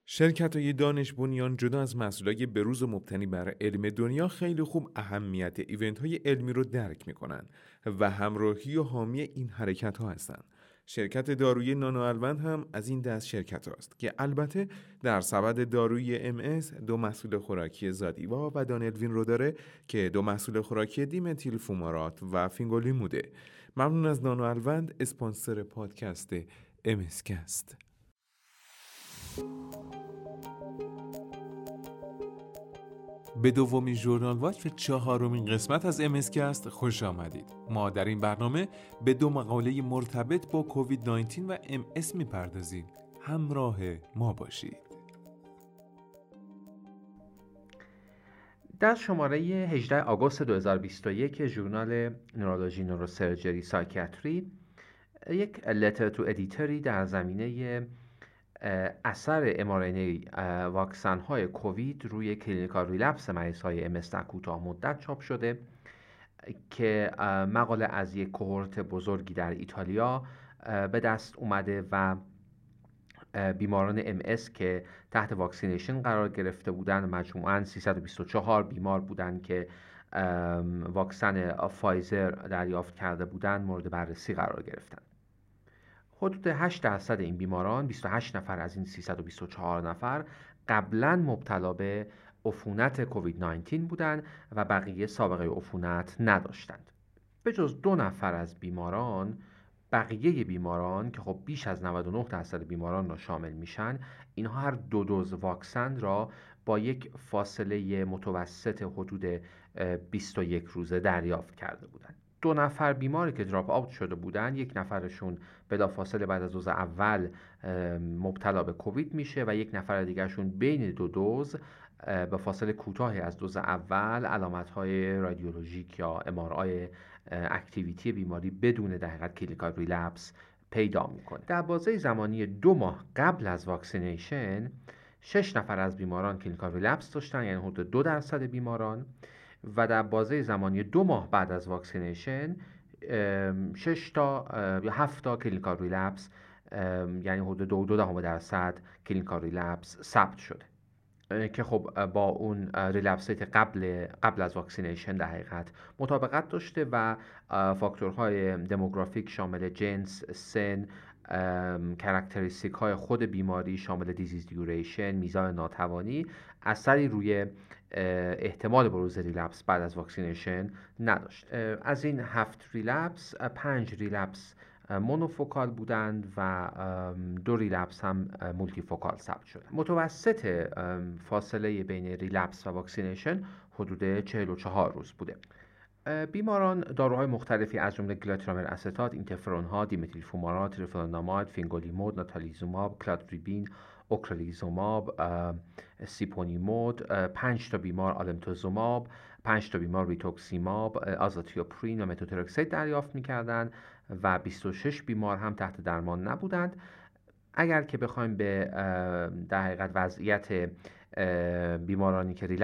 شرکت‌های دانش بنیان جدا از محصولای بروز و مبتنی بر علم دنیا خیلی خوب اهمیت ایونت‌های علمی رو درک می‌کنن و همراهی و حامی این حرکت‌ها هستن. شرکت دارویی نانوالوند هم از این دست شرکت است که البته در سبد دارویی MS دو محصول خوراکی زادیوا و دانلوین رو داره که دو محصول خوراکی دیمتیل فومارات و فینگولیموده. ممنون از نانوالوند اسپانسر پادکست MScast. به دومین ژورنال واچ و چهارمین قسمت از MScast خوش آمدید. ما در این برنامه به دو مقاله مرتبط با کووید 19 و MS میپردازیم. همراه ما باشید. در شماره 18 آگوست 2021 ژورنال نورولوژی نوروسرجری سایکیاتری یک لتر تو ادیتوری در زمینه اثر mRNA واکسن های کووید روی کلینیکال ریلپس مریض های MS در کوتاه مدت چاپ شده که مقاله از یک کوهورت بزرگی در ایتالیا به دست اومده و بیماران MS که تحت واکسینیشن قرار گرفته بودند، مجموعاً 324 بیمار بودند که واکسن فایزر دریافت کرده بودند مورد بررسی قرار گرفتند. حدود 8% این بیماران، 28 نفر از این 324 نفر قبلاً مبتلا به عفونت کووید 19 بودند و بقیه سابقه عفونت نداشتند. به جز 2 نفر از بیماران، بقیه بیماران که خب بیش از 99% بیماران را شامل میشن، اینها هر 2 دوز واکسن را با یک فاصله متوسط حدود 21 روزه دریافت کرده بودند. 2 نفر بیماری که دراپ آوت شده بودند، یک نفرشون بلافاصله بعد از دوز اول مبتلا به کووید میشه و یک نفر دیگرشون بین 2 دوز به فاصله کوتاهی از دوز اول علامت‌های رادیولوژیک یا MRI اکتیویتی بیماری بدون در حقیقت کلینیکال ریلپس پیدا میکنه. در بازه زمانی 2 ماه قبل از واکسینیشن 6 نفر از بیماران کلینیکال ریلپس داشتن، یعنی حدود 2% بیماران، و در بازه زمانی 2 ماه بعد از واکسینیشن 6 تا یا 7 تا کلینیکال ریلپس، یعنی حدود 2.2% کلینیکال ریلپس ثبت شده که خب با اون ریلپس ریت قبل از واکسینیشن در حقیقت مطابقت داشته و فاکتورهای دموگرافیک شامل جنس، سن، کاراکتریستیک های خود بیماری شامل دیزیز دیوریشن، میزان ناتوانی اثری روی احتمال بروز ریلپس بعد از واکسینیشن نداشت. از این 7 ریلپس 5 ریلپس مونوفوکال بودند و 2 ریلپس هم مولتی فوکال ثبت شده. متوسط فاصله بین ریلپس و واکسینیشن حدود 44 روز بوده. بیماران داروهای مختلفی از جمله گلوترامر استات، اینترفرون ها، دیمتیل فومارات، رفلوناماید، فینگولیمود، ناتالیزوماب، کلادریبین، اوکرلیزوماب، سیپونیمود، 5 تا بیمار آلمتوزوماب، 5 تا بیمار ریتوکسیماب، آزاتیوپرین و متوترکسید دریافت می‌کردند و 26 بیمار هم تحت درمان نبودند. اگر که بخوایم به در حقیقت وضعیت بیمارانی که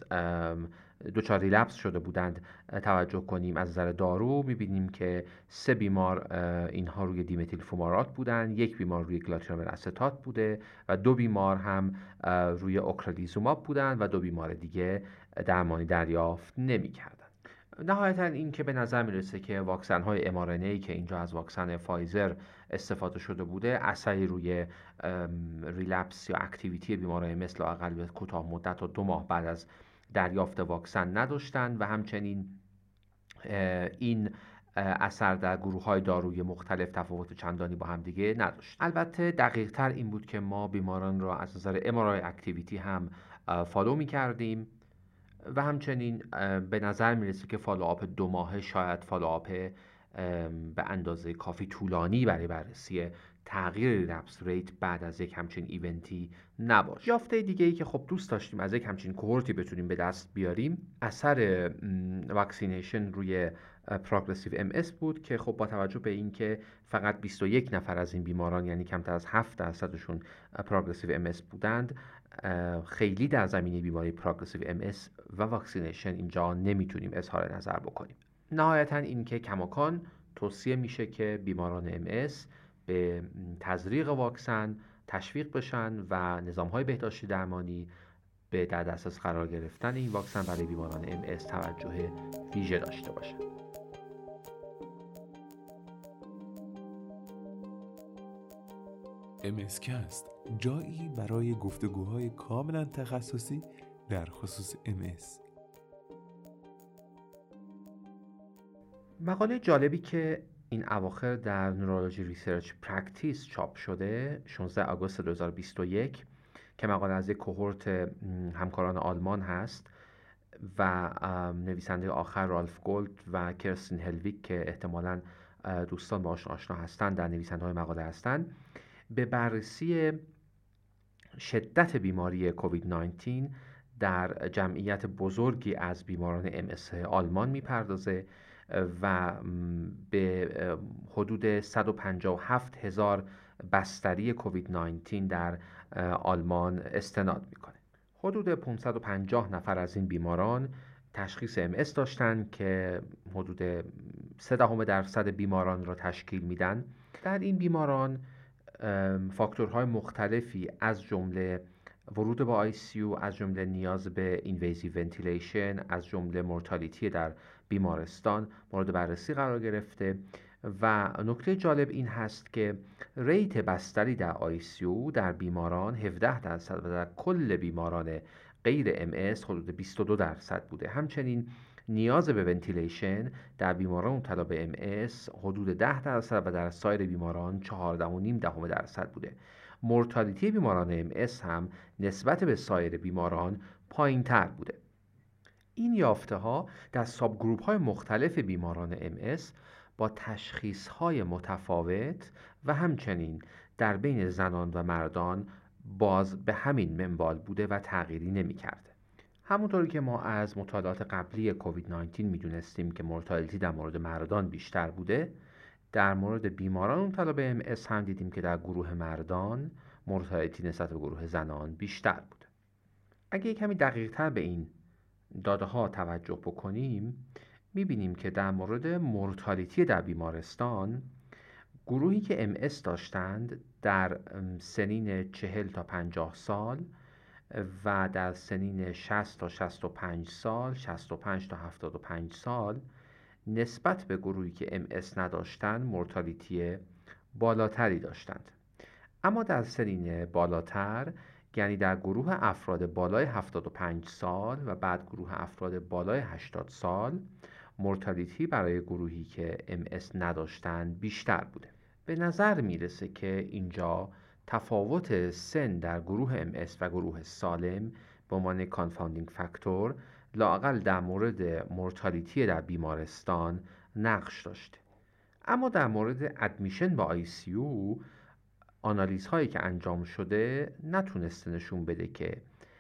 دچار ریلپس شده بودند توجه کنیم از نظر دارو، می‌بینیم که 3 بیمار اینها روی دیمتیل فومارات بودند، 1 بیمار روی گلوترامر استات بوده و 2 بیمار هم روی اوکرلیزوماب بودند و 2 بیمار دیگه درمانی دریافت نمی‌کردند. نهایتاً این که به نظر میرسه که واکسن های mRNA که اینجا از واکسن فایزر استفاده شده بوده اثری روی ریلپس یا اکتیویتی بیمارای مثل لااقل به کوتاه مدت تا 2 ماه بعد از دریافت واکسن نداشتند و همچنین این اثر در گروه های دارویی مختلف تفاوت چندانی با هم دیگه نداشت. البته دقیق تر این بود که ما بیماران را از نظر MRI اکتیویتی هم فالو می کردیم و همچنین به نظر میرسه که فالوآپ 2 ماهه شاید فالوآپ به اندازه کافی طولانی برای بررسی تغییر ریلپس ریت بعد از یک همچین ایونتی نباشه. یافته دیگه ای که خب دوست داشتیم از یک همچین کوهورتی بتونیم به دست بیاریم اثر واکسینیشن روی پروگرسیو MS بود که خب با توجه به این که فقط 21 نفر از این بیماران، یعنی کمتر از 7%شون پروگرسیو MS بودند، خیلی در زمینه بیماری پروگرسیو MS و واکسینیشن اینجا نمیتونیم اظهار نظر بکنیم. نهایتاً این که کماکان توصیه میشه که بیماران MS به تزریق واکسن تشویق بشن و نظام‌های بهداشتی درمانی به در دسترس قرار گرفتن این واکسن برای بیماران MS توجه ویژه داشته باشند. MScast، جایی برای گفتگوهای کاملا تخصصی در خصوص MS. مقاله جالبی که این اواخر در نورولوژی ریسرچ پرکتیس چاپ شده 16 آگوست 2021 که مقاله از یک کوهورت همکاران آلمان هست و نویسنده آخر رالف گولد و کرستین هلویک که احتمالاً دوستان باشون آشنا هستند در نویسنده های مقاله هستند، به بررسی شدت بیماری کووید 19 در جمعیت بزرگی از بیماران MS آلمان میپردازه و به حدود 157,000 بستری کووید 19 در آلمان استناد میکنه. حدود 550 نفر از این بیماران تشخیص MS داشتند که حدود 0.3% بیماران را تشکیل میدن. در این بیماران فاکتورهای مختلفی از جمله ورود به ICU، از جمله نیاز به اینویزیو ونتیلیشن، از جمله مورتالیتی در بیمارستان مورد بررسی قرار گرفته و نکته جالب این هست که ریت بستری در ICU در بیماران 17% و در کل بیماران غیر MS حدود 22% بوده. همچنین نیاز به ونتیلیشن در بیماران مبتلا به MS حدود 10% و در سایر بیماران 14.5% بوده. مورتالیتی بیماران MS هم نسبت به سایر بیماران پایین تر بوده. این یافته ها در ساب گروپ های مختلف بیماران MS با تشخیص های متفاوت و همچنین در بین زنان و مردان باز به همین منوال بوده و تغییری نمی کرده. همونطوری که ما از مطالعات قبلی کووید 19 میدونستیم که مورتالیتی در مورد مردان بیشتر بوده، در مورد بیماران مبتلا به MS هم دیدیم که در گروه مردان مورتالیتی نسبت به گروه زنان بیشتر بوده. اگه کمی دقیق تر به این داده ها توجه بکنیم، میبینیم که در مورد مورتالیتی در بیمارستان گروهی که MS داشتند در سنین 40 تا 50 سال و در سنین 60 تا 65 سال، 65 تا 75 سال نسبت به گروهی که MS نداشتند مورتالیتی بالاتری داشتند. اما در سنین بالاتر، یعنی در گروه افراد بالای 75 سال و بعد گروه افراد بالای 80 سال، مورتالیتی برای گروهی که MS نداشتند بیشتر بوده. به نظر میرسه که اینجا تفاوت سن در گروه MS و گروه سالم به عنوان کانفاندینگ فاکتور لااقل در مورد مورتالیتی در بیمارستان نقش داشته. اما در مورد ادمیشن به ICU آنالیزهایی که انجام شده نتونسته نشون بده که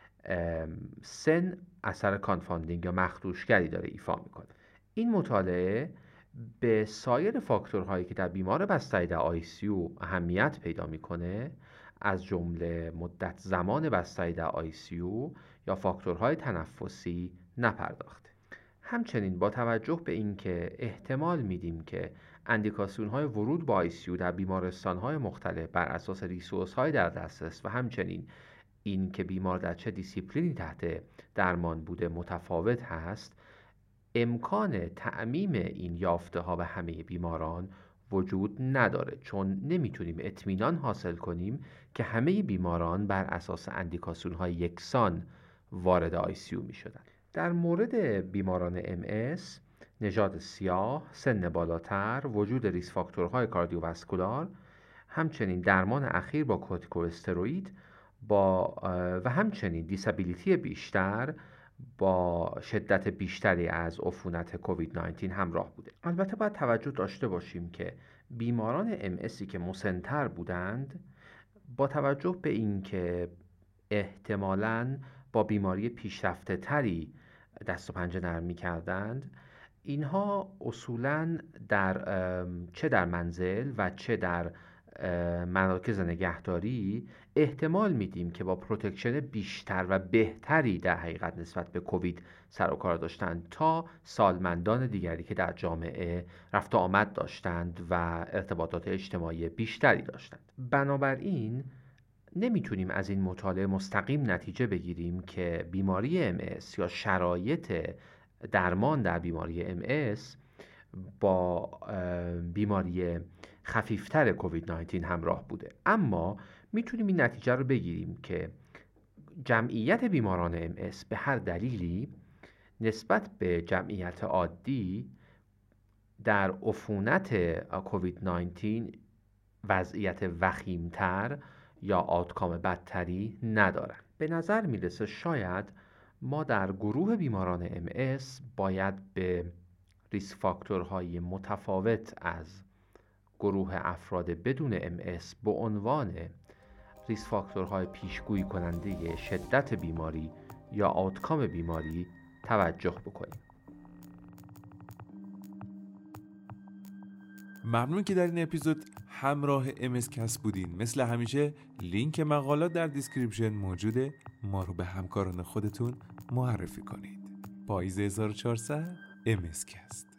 سن اثر کانفاندینگ یا مخدوشگری داره ایفا میکنه. این مطالعه به سایر فاکتورهایی که در بیمار بستری در ICU اهمیت پیدا میکنه از جمله مدت زمان بستری در ICU یا فاکتورهای تنفسی نپرداخته. همچنین با توجه به اینکه احتمال میدیم که اندیکاسیون‌های ورود با ICU در بیمارستان‌های مختلف بر اساس ریسورس‌های در دسترس و همچنین این که بیمار در چه دیسیپلینی تحت درمان بوده متفاوت هست، امکان تعمیم این یافته‌ها به همه بیماران وجود نداره، چون نمیتونیم اطمینان حاصل کنیم که همه بیماران بر اساس اندیکاسیون‌های یکسان وارد ICU می‌شدن. در مورد بیماران MS، نژاد سیاه، سن بالاتر، وجود ریسک فاکتورهای کاردیوواسکولار، همچنین درمان اخیر با کورتیکواستروئید و همچنین دیسابیلیتی بیشتر با شدت بیشتری از عفونت کووید 19 همراه بوده. البته باید توجه داشته باشیم که بیماران MSی که مسن‌تر بودند با توجه به اینکه احتمالاً با بیماری پیشرفته تری دست و پنجه نرم می‌کردند، اینها اصولاً چه در منزل و چه در مراکز نگهداری احتمال میدیم که با پروتکشن بیشتر و بهتری در حقیقت نسبت به کووید سر و کار داشتند تا سالمندان دیگری که در جامعه رفت و آمد داشتند و ارتباطات اجتماعی بیشتری داشتند. بنابراین نمیتونیم از این مطالعه مستقیم نتیجه بگیریم که بیماری MS یا شرایط درمان در بیماری MS با بیماری خفیفتر کووید 19 همراه بوده، اما میتونیم این نتیجه رو بگیریم که جمعیت بیماران MS به هر دلیلی نسبت به جمعیت عادی در عفونت کووید 19 وضعیت وخیمتر یا آوتکام بدتری ندارن. به نظر میرسه شاید ما در گروه بیماران MS باید به ریسک فاکتورهای متفاوت از گروه افراد بدون MS به عنوان ریسک فاکتورهای پیشگویی کننده شدت بیماری یا آوتکام بیماری توجه بکنیم. ممنون که در این اپیزود همراه MSCast بودین. مثل همیشه لینک مقالات در دیسکریپشن موجوده، ما رو به همکاران خودتون معرفی کنید. پاییز 1400 MSCast.